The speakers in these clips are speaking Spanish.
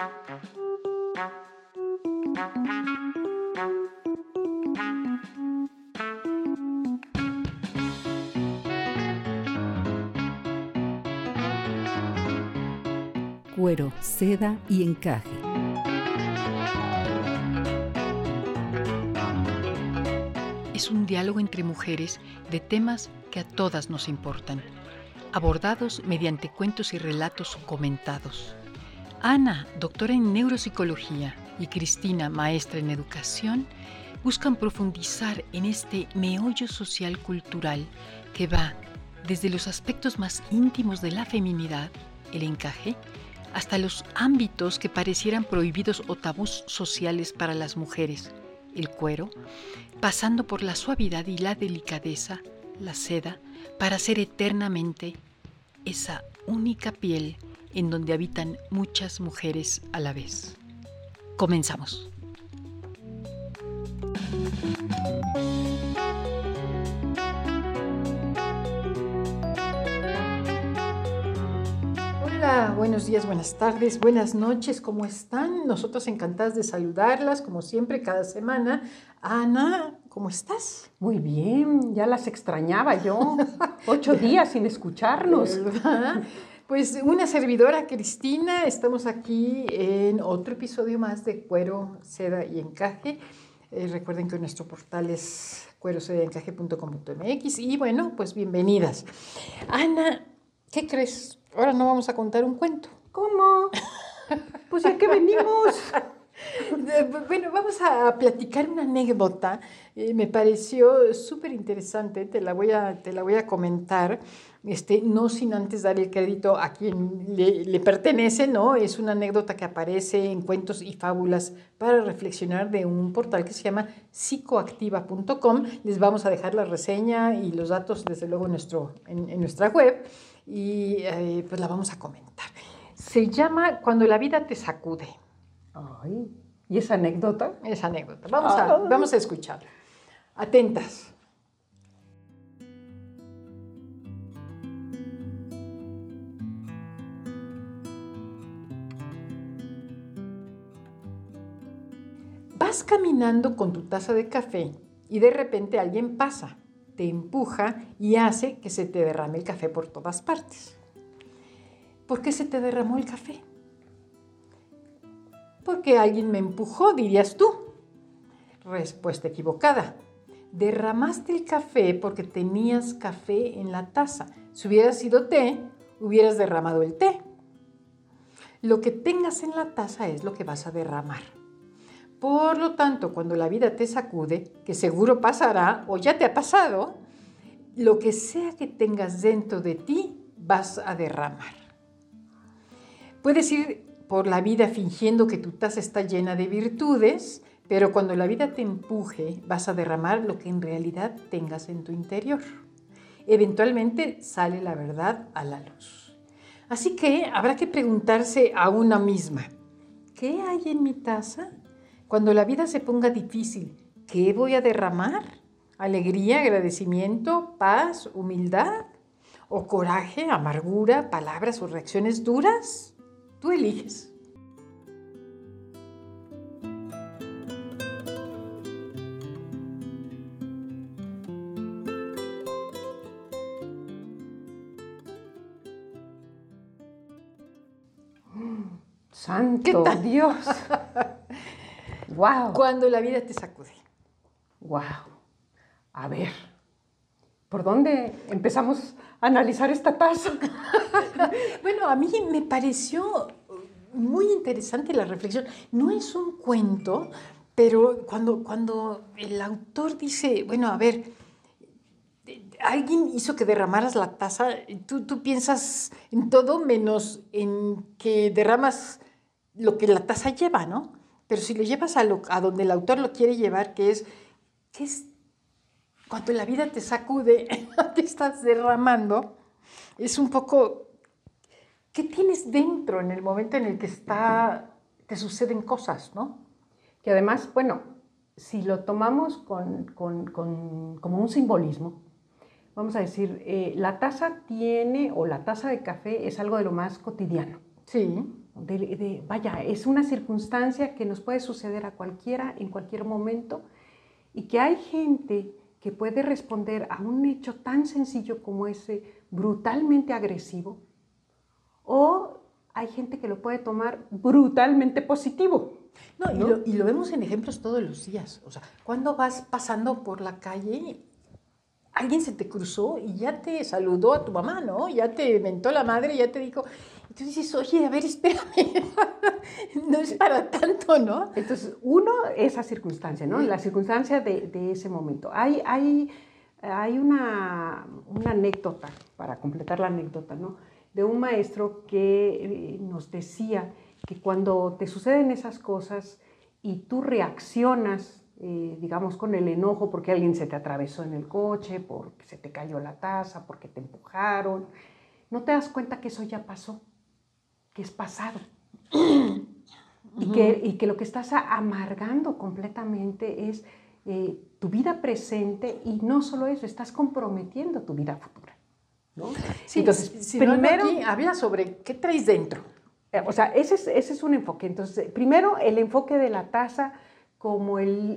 Cuero, seda y encaje. Es un diálogo entre mujeres de temas que a todas nos importan, abordados mediante cuentos y relatos comentados. Ana, doctora en neuropsicología, y Cristina, maestra en educación, buscan profundizar en este meollo social cultural que va desde los aspectos más íntimos de la feminidad, el encaje, hasta los ámbitos que parecieran prohibidos o tabús sociales para las mujeres, el cuero, pasando por la suavidad y la delicadeza, la seda, para ser eternamente esa única piel en donde habitan muchas mujeres a la vez. Comenzamos. Hola, buenos días, buenas tardes, buenas noches, ¿cómo están? Nosotros encantadas de saludarlas, como siempre, cada semana. Ana, ¿cómo estás? Muy bien, ya las extrañaba yo. 8 días sin escucharnos. ¿Verdad? Pues una servidora, Cristina, estamos aquí en otro episodio más de Cuero, Seda y Encaje. Recuerden que nuestro portal es cuerosedayencaje.com.mx y bueno, pues bienvenidas. Ana, ¿qué crees? Ahora no vamos a contar un cuento. ¿Cómo? Pues ya que venimos. Bueno, vamos a platicar una anécdota. Me pareció súper interesante, te la voy a comentar, no sin antes dar el crédito a quien le pertenece, ¿no? Es una anécdota que aparece en Cuentos y Fábulas para reflexionar de un portal que se llama psicoactiva.com. Les vamos a dejar la reseña y los datos, desde luego, en nuestra web y pues la vamos a comentar. Se llama Cuando la vida te sacude. Ay, ¿y esa anécdota? Esa anécdota. Vamos a escucharla. Atentas. Vas caminando con tu taza de café y de repente alguien pasa, te empuja y hace que se te derrame el café por todas partes. ¿Por qué se te derramó el café? Porque alguien me empujó, dirías tú. Respuesta equivocada. Derramaste el café porque tenías café en la taza. Si hubiera sido té, hubieras derramado el té. Lo que tengas en la taza es lo que vas a derramar. Por lo tanto, cuando la vida te sacude, que seguro pasará o ya te ha pasado, lo que sea que tengas dentro de ti, vas a derramar. Puedes ir por la vida fingiendo que tu taza está llena de virtudes, pero cuando la vida te empuje, vas a derramar lo que en realidad tengas en tu interior. Eventualmente sale la verdad a la luz. Así que habrá que preguntarse a una misma, ¿qué hay en mi taza? Cuando la vida se ponga difícil, ¿qué voy a derramar? ¿Alegría, agradecimiento, paz, humildad? ¿O coraje, amargura, palabras o reacciones duras? Tú eliges. ¡Santo Dios! ¡Wow! Cuando la vida te sacude. ¡Wow! A ver, ¿por dónde empezamos a analizar esta taza? Bueno, a mí me pareció muy interesante la reflexión. No es un cuento, pero cuando el autor dice, bueno, a ver, alguien hizo que derramaras la taza, tú piensas en todo menos en que derramas lo que la taza lleva, ¿no? Pero si lo llevas a donde el autor lo quiere llevar, que es cuando la vida te sacude, te estás derramando, es un poco, ¿qué tienes dentro en el momento en el que te suceden cosas, ¿no? Que además, bueno, si lo tomamos como un simbolismo, vamos a decir, la taza la taza de café es algo de lo más cotidiano. Sí. Vaya, es una circunstancia que nos puede suceder a cualquiera en cualquier momento y que hay gente que puede responder a un hecho tan sencillo como ese brutalmente agresivo, o hay gente que lo puede tomar brutalmente positivo. No, ¿no? Y lo vemos en ejemplos todos los días. O sea, cuando vas pasando por la calle, alguien se te cruzó y ya te saludó a tu mamá, ¿no? Ya te mentó la madre, ya te dijo. Y tú dices, oye, a ver, espérame, no es para tanto, ¿no? Entonces, uno, esa circunstancia, ¿no? La circunstancia de ese momento. Hay una anécdota, para completar la anécdota, ¿no? De un maestro que nos decía que cuando te suceden esas cosas y tú reaccionas, digamos, con el enojo porque alguien se te atravesó en el coche, porque se te cayó la taza, porque te empujaron, no te das cuenta que eso ya pasó, que es pasado. Y que lo que estás amargando completamente es tu vida presente, y no solo eso, estás comprometiendo tu vida futura, ¿no? Sí, entonces, si primero, no, aquí habla sobre qué traes dentro. o sea, ese es un enfoque. Entonces, primero, el enfoque de la taza como el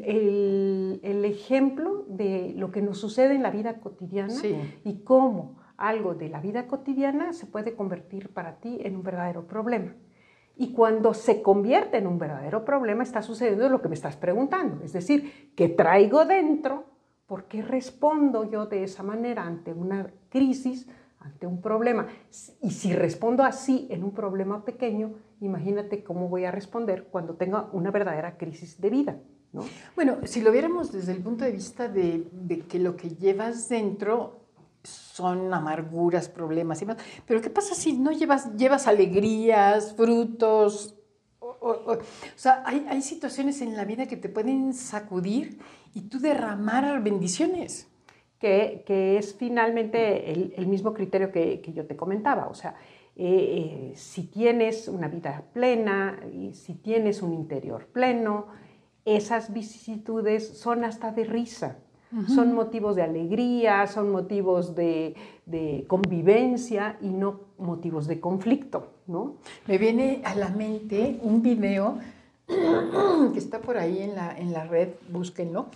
ejemplo de lo que nos sucede en la vida cotidiana, Sí. y cómo algo de la vida cotidiana se puede convertir para ti en un verdadero problema. Y cuando se convierte en un verdadero problema, está sucediendo lo que me estás preguntando. Es decir, ¿qué traigo dentro? ¿Por qué respondo yo de esa manera ante una crisis, ante un problema? Y si respondo así en un problema pequeño, imagínate cómo voy a responder cuando tenga una verdadera crisis de vida, ¿no? Bueno, si lo viéramos desde el punto de vista de que lo que llevas dentro son amarguras, problemas y más, pero ¿qué pasa si no llevas alegrías, frutos? O sea, hay situaciones en la vida que te pueden sacudir y tú derramar bendiciones. Que es finalmente el mismo criterio que yo te comentaba. O sea, si tienes una vida plena y si tienes un interior pleno, esas vicisitudes son hasta de risa. Son motivos de alegría, son motivos de convivencia y no motivos de conflicto, ¿no? Me viene a la mente un video que está por ahí en la red, búsquenlo,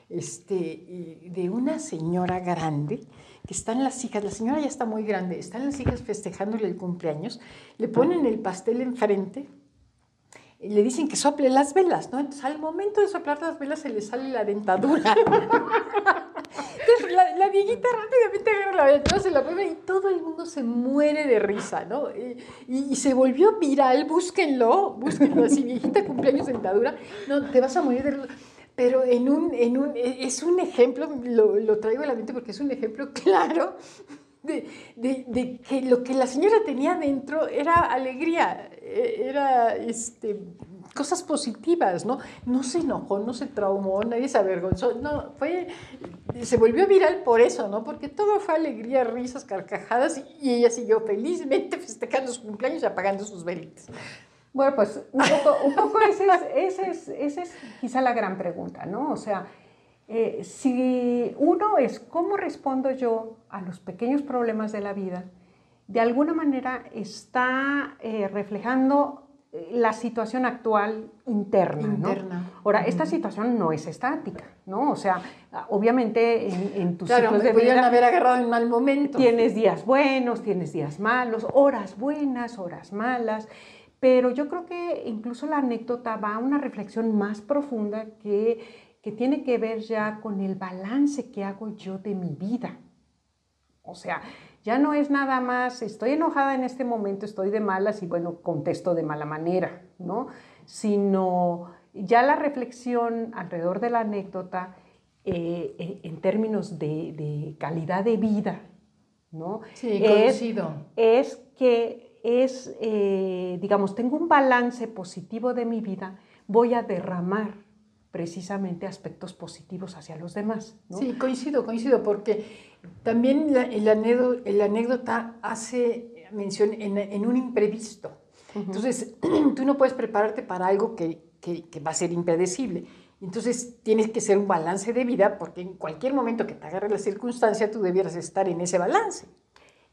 de una señora grande, que están las hijas, la señora ya está muy grande, están las hijas festejándole el cumpleaños, le ponen el pastel enfrente, y le dicen que sople las velas, ¿no? Entonces, al momento de soplar las velas se le sale la dentadura. Entonces, la viejita rápidamente agarra la vela, se la pone y todo el mundo se muere de risa, ¿no? Y se volvió viral, búsquenlo así, viejita cumpleaños dentadura, no, te vas a morir de risa. Pero es un ejemplo, lo traigo a la mente porque es un ejemplo claro de que lo que la señora tenía dentro era alegría, era cosas positivas, ¿no? No se enojó, no se traumó, nadie se avergonzó, no, se volvió viral por eso, ¿no? Porque todo fue alegría, risas, carcajadas, y ella siguió felizmente festejando su cumpleaños y apagando sus velitas. Bueno, pues un poco esa es quizá la gran pregunta, ¿no? O sea, si uno es cómo respondo yo a los pequeños problemas de la vida, de alguna manera está reflejando la situación actual interna, ¿no? Ahora, esta situación no es estática, ¿no? O sea, obviamente en tus claro, ciclos de vida... pudieran haber agarrado en mal momento. Tienes días buenos, tienes días malos, horas buenas, horas malas, pero yo creo que incluso la anécdota va a una reflexión más profunda que tiene que ver ya con el balance que hago yo de mi vida. O sea, ya no es nada más, estoy enojada en este momento, estoy de malas y bueno, contesto de mala manera, ¿no? Sino ya la reflexión alrededor de la anécdota en términos de calidad de vida, ¿no? Sí, coincido. Es que digamos, tengo un balance positivo de mi vida, voy a derramar precisamente aspectos positivos hacia los demás, ¿no? Sí, coincido, porque también la anécdota hace mención en un imprevisto. Entonces, tú no puedes prepararte para algo que va a ser impredecible. Entonces, tienes que ser un balance de vida, porque en cualquier momento que te agarre la circunstancia, tú debieras estar en ese balance.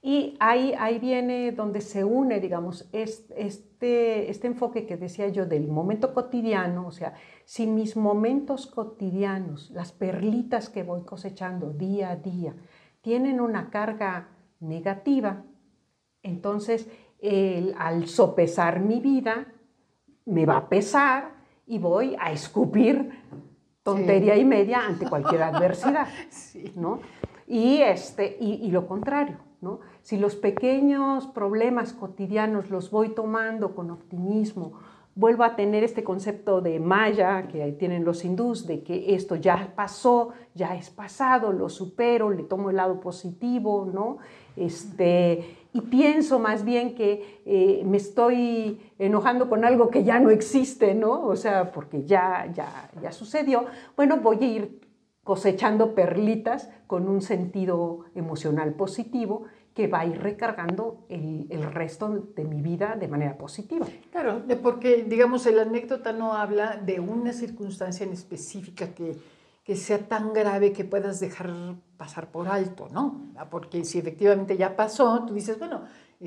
Y ahí viene donde se une, digamos, este enfoque que decía yo del momento cotidiano, o sea, si mis momentos cotidianos, las perlitas que voy cosechando día a día, tienen una carga negativa, entonces al sopesar mi vida, me va a pesar y voy a escupir tontería y media ante cualquier adversidad, ¿no? Y lo contrario, ¿no? Si los pequeños problemas cotidianos los voy tomando con optimismo, vuelvo a tener este concepto de Maya que ahí tienen los hindús, de que esto ya pasó, ya es pasado, lo supero, le tomo el lado positivo, ¿no? Y pienso más bien que me estoy enojando con algo que ya no existe, ¿no? O sea, porque ya sucedió. Bueno, voy a ir cosechando perlitas con un sentido emocional positivo que va a ir recargando el resto de mi vida de manera positiva. Claro, porque, digamos, la anécdota no habla de una circunstancia en específica que sea tan grave que puedas dejar pasar por alto, ¿no? Porque si efectivamente ya pasó, tú dices, bueno,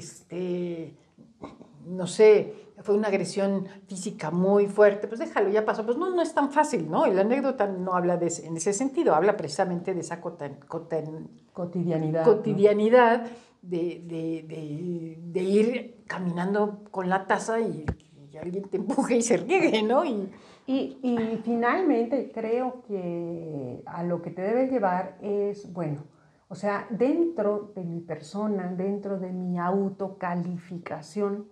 no sé, fue una agresión física muy fuerte, pues déjalo, ya pasó. Pues no es tan fácil, ¿no? Y la anécdota no habla en ese sentido, habla precisamente de esa cotidianidad, ¿no? de ir caminando con la taza y alguien te empuje y se riegue, ¿no? Y finalmente creo que a lo que te debe llevar es, bueno, o sea, dentro de mi persona, dentro de mi autocalificación,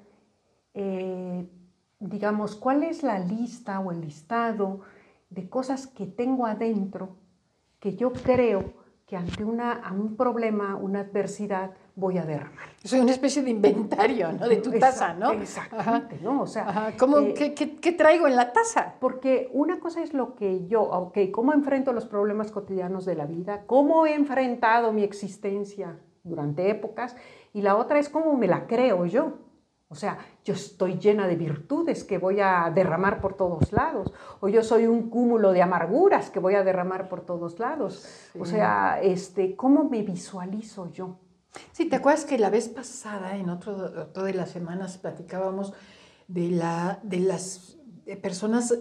digamos, ¿cuál es la lista o el listado de cosas que tengo adentro que yo creo que ante un problema, una adversidad, voy a derramar? Es una especie de inventario, ¿no? De tu taza, ¿no? Exactamente, ¿no? O sea, ¿qué traigo en la taza? Porque una cosa es lo que yo, cómo enfrento los problemas cotidianos de la vida, cómo he enfrentado mi existencia durante épocas, y la otra es cómo me la creo yo. O sea, yo estoy llena de virtudes que voy a derramar por todos lados, o yo soy un cúmulo de amarguras que voy a derramar por todos lados. Sí. O sea, ¿cómo me visualizo yo? Sí, ¿te acuerdas que la vez pasada, en otro de las semanas, platicábamos de las personas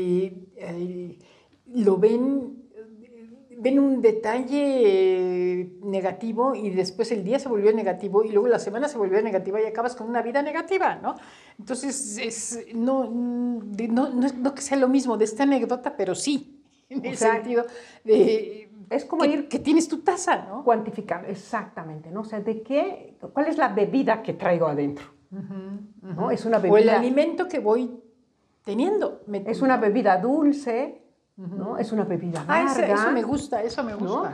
que lo ven un detalle negativo y después el día se volvió negativo y luego la semana se volvió negativa y acabas con una vida negativa, ¿no? Entonces, no que sea lo mismo de esta anécdota, pero sí, en el sentido de... Es como que tienes tu taza, ¿no? Cuantificar, exactamente, ¿no? O sea, ¿cuál es la bebida que traigo adentro? ¿No? Es una bebida, o el alimento que voy teniendo. Es una bebida dulce, ¿no? Es una bebida amarga. Eso me gusta, ¿no?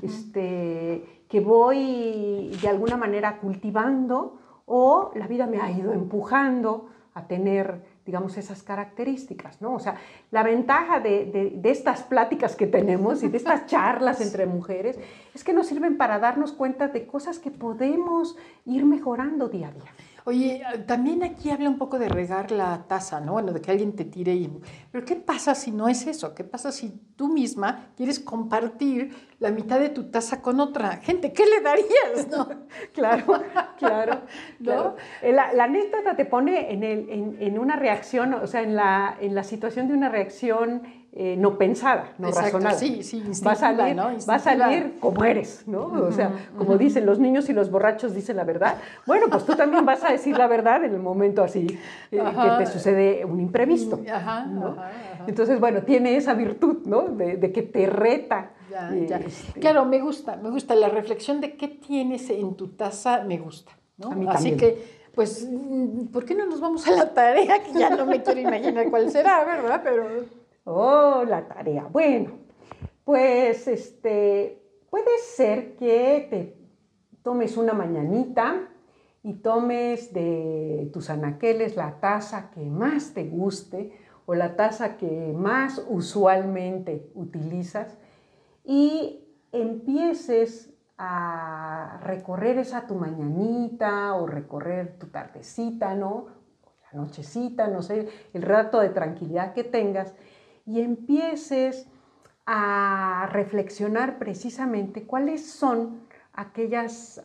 Que voy de alguna manera cultivando, o la vida me ha ido empujando a tener, digamos, esas características, ¿no? O sea, la ventaja de estas pláticas que tenemos y de estas charlas entre mujeres es que nos sirven para darnos cuenta de cosas que podemos ir mejorando día a día. Oye, también aquí habla un poco de regar la taza, ¿no? Bueno, de que alguien te tire Pero ¿qué pasa si no es eso? ¿Qué pasa si tú misma quieres compartir la mitad de tu taza con otra gente? ¿Qué le darías, no? Claro. ¿No? La anécdota te pone en una reacción, o sea, en la situación de una reacción no pensada, no razonada. Sí, va a salir como eres, ¿no? O sea, como dicen los niños y los borrachos dicen la verdad. Bueno, pues tú también vas a decir la verdad en el momento así que te sucede un imprevisto, ¿no? Entonces, bueno, tiene esa virtud, ¿no? De que te reta. Ya. Claro, me gusta la reflexión de qué tienes en tu taza, me gusta, ¿no? A mí así también. Que, pues, ¿por qué no nos vamos a la tarea? Que ya no me quiero imaginar cuál será, ¿verdad? Pero... Oh, la tarea. Bueno, pues puede ser que te tomes una mañanita y tomes de tus anaqueles la taza que más te guste o la taza que más usualmente utilizas y empieces a recorrer esa tu mañanita o recorrer tu tardecita, ¿no? La nochecita, no sé, el rato de tranquilidad que tengas y empieces a reflexionar precisamente cuáles son aquellas actitudes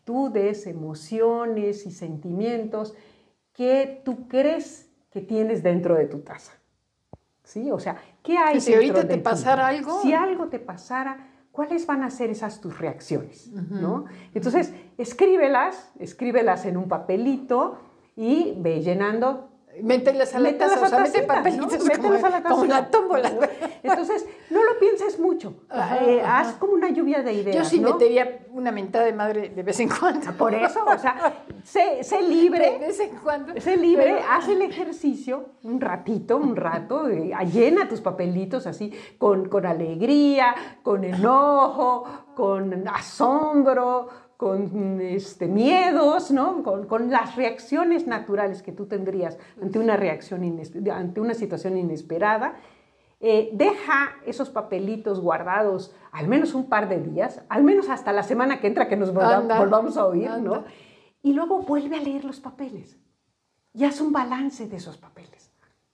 actitudes, emociones y sentimientos que tú crees que tienes dentro de tu taza. ¿Sí? O sea, ¿qué hay si dentro ahorita de te pasara algo? Si algo te pasara, ¿cuáles van a ser esas tus reacciones? ¿No? Entonces, escríbelas en un papelito y ve llenando. Mételas a la taza, o sea, mete papelitos, ¿no? Mételas a la taza. Como una tómbola. Entonces, no lo pienses mucho. Haz como una lluvia de ideas. Yo sí ¿no? metería una mentada de madre de vez en cuando. Por eso, o sea, sé libre. De vez en cuando. Sé libre, haz el ejercicio un rato, llena tus papelitos así, con alegría, con enojo, con asombro, con miedos, ¿no? Con las reacciones naturales que tú tendrías ante una situación inesperada. Deja esos papelitos guardados al menos un par de días, al menos hasta la semana que entra que nos volvamos a oír, ¿no? Y luego vuelve a leer los papeles y haz un balance de esos papeles.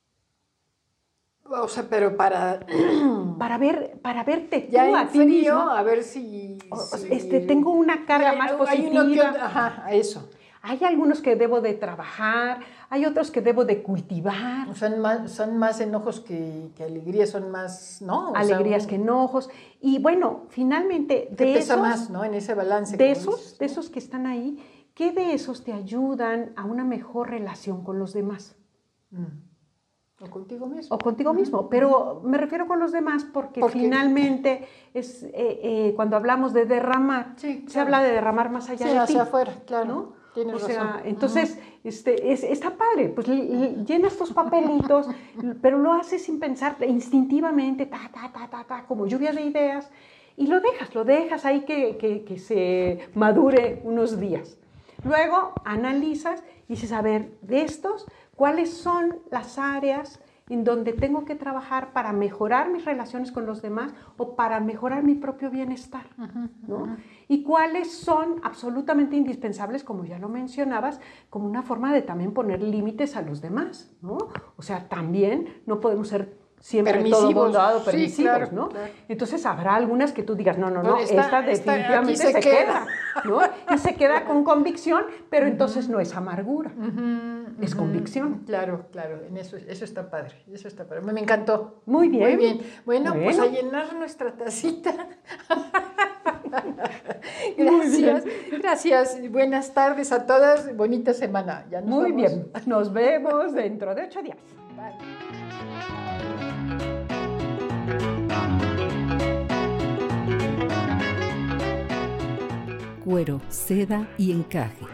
O sea, pero para verte ya tú en a ti frío, mismo. a ver si Tengo una carga más positiva. Eso. Hay algunos que debo de trabajar, hay otros que debo de cultivar. Son más enojos que alegrías, son más, ¿no? Alegrías que enojos. Y bueno, finalmente, de pesa esos, más, ¿no? En ese balance. De esos que están ahí, ¿qué de esos te ayudan a una mejor relación con los demás? O contigo mismo. O contigo mismo, pero me refiero con los demás porque finalmente es cuando hablamos de derramar, se habla de derramar más allá de ti. Hacia afuera, claro. ¿no? Tienes razón. Entonces, está padre, pues llenas tus papelitos, pero lo haces sin pensar, instintivamente, como lluvia de ideas, y lo dejas ahí que se madure unos días. Luego analizas y dices, a ver, de estos, ¿cuáles son las áreas en donde tengo que trabajar para mejorar mis relaciones con los demás o para mejorar mi propio bienestar? ¿No? Y cuáles son absolutamente indispensables, como ya lo mencionabas, como una forma de también poner límites a los demás, ¿no? O sea, también no podemos ser siempre permisivos, todo bondado, permisivos, claro, ¿no? Claro. Entonces habrá algunas que tú digas, no, esta definitivamente se queda, ¿no? Y se queda con convicción, pero entonces no es amargura, es convicción. Claro, eso está padre, me encantó. Muy bien. Bueno, pues a llenar nuestra tacita. Gracias, buenas tardes a todas, bonita semana. Ya nos vamos. Bien, nos vemos dentro de 8 días. Bye. Cuero, seda y encaje.